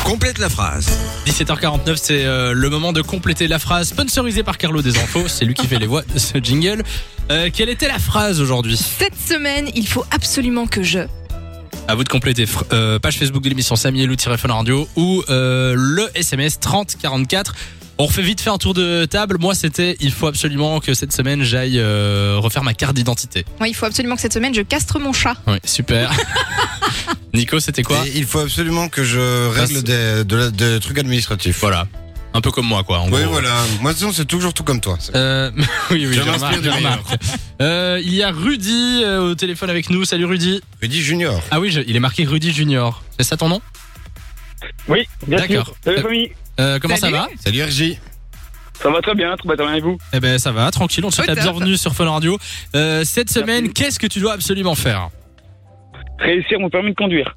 Complète la phrase. 17h49, c'est le moment de compléter la phrase sponsorisée par Carlo des Infos. C'est lui qui fait les voix de ce jingle. Quelle était la phrase aujourd'hui ? Cette semaine, il faut absolument que je... À vous de compléter. Page Facebook de l'émission Samy et Lou-Fun Radio ou le SMS 3044. On refait vite fait un tour de table. Moi, c'était il faut absolument que cette semaine j'aille refaire ma carte d'identité. Ouais, il faut absolument que cette semaine je castre mon chat. Oui, super. Nico, c'était quoi ? Et il faut absolument que je règle des trucs administratifs. Voilà. Un peu comme moi, quoi. En Oui, gros. voilà. Moi, sinon, c'est toujours tout comme toi. Oui, Je je m'inspire du remarque. Il y a Rudy au téléphone avec nous. Salut Rudy. Rudy Junior. Ah oui, il est marqué Rudy Junior. C'est ça ton nom ? Oui, bien D'accord. sûr. Salut famille. Comment Salut. ça va ? Salut RJ. Ça va très bien et vous ? Eh ben ça va, tranquille. On te souhaite la Au top. bienvenue sur Fun Radio. Cette semaine, Merci. qu'est-ce que tu dois absolument faire ? Réussir mon permis de conduire.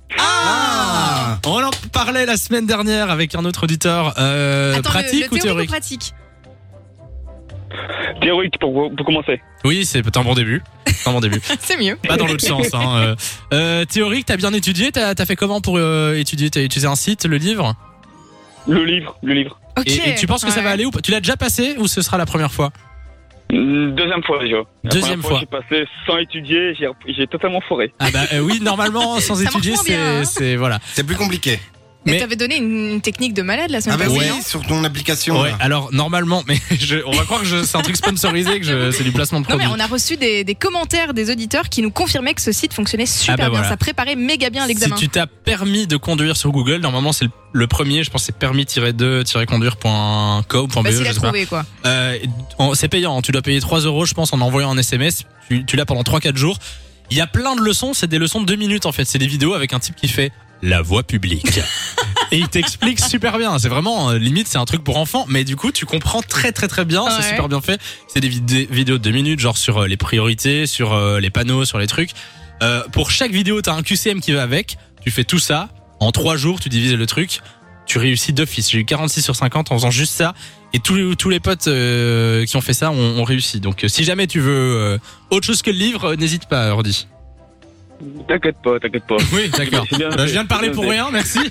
On en parlait la semaine dernière avec un autre auditeur. Attends, Pratique le ou théorique théorique ? ou pratique? Théorique pour commencer. Oui, c'est un bon début. C'est un bon début. C'est mieux. Pas dans l'autre sens. Hein. Théorique, t'as bien étudié. T'as fait comment pour étudier ? T'as utilisé un site, le livre ? Le livre. Ok. Et tu penses que ça Ouais. va aller ou pas ? Tu l'as déjà passé ou ce sera la première fois ? Deuxième fois déjà. La Deuxième première fois. J'ai passé sans étudier, j'ai totalement foiré. Ah bah oui, normalement sans Ça marche étudier, moins bien, hein. c'est voilà. C'est plus compliqué. Mais Mais- t'avais donné une technique de malade la semaine Ah bah passée, oui, non? sur ton application. Ouais, là. alors normalement, mais on va croire que c'est un truc sponsorisé, que c'est du placement de Non produit. mais on a reçu des commentaires des auditeurs qui nous confirmaient que ce site fonctionnait super bah bien, voilà. ça préparait méga bien l'examen. Si tu tapes permis de conduire sur Google, normalement c'est le premier, je pense que c'est permis-2-conduire.co.be, Facile je à sais pas. trouver quoi. C'est payant, tu dois payer 3 € je pense en envoyant un SMS, tu l'as pendant 3-4 jours. Il y a plein de leçons, c'est des leçons de 2 minutes en fait, c'est des vidéos avec un type qui fait la voie publique. Et il t'explique super bien, c'est vraiment limite c'est un truc pour enfants, mais du coup tu comprends très très très bien, Ouais. c'est super bien fait. C'est des vidéos de 2 minutes genre sur les priorités, sur les panneaux, sur les trucs. Pour chaque vidéo t'as un QCM qui va avec, tu fais tout ça, en 3 jours tu divises le truc, tu réussis d'office. J'ai eu 46 sur 50 en faisant juste ça. Et tous les potes qui ont fait ça ont réussi. Donc si jamais tu veux autre chose que le livre, n'hésite pas, Rudy. T'inquiète pas. Oui, d'accord. C'est bien Je fait, viens de parler c'est pour bien rien, merci.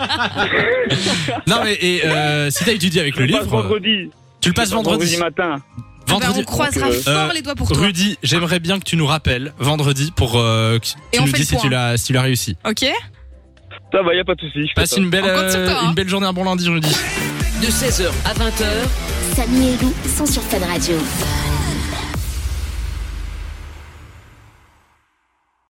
Non mais si t'as étudié avec le Je passe livre, vendredi. tu le passes vendredi. Matin. Ah bah, on croisera Donc, fort les doigts pour toi. Rudy, j'aimerais bien que tu nous rappelles vendredi pour que Et tu on nous fait dises le si tu l'as réussi. Ok. Ça va, y a pas de souci. je fais Passe ça. une On compte sur toi, hein. belle journée, un bon lundi, Rudy. De 16h à 20h, Samy et Lou sont sur Fun Radio.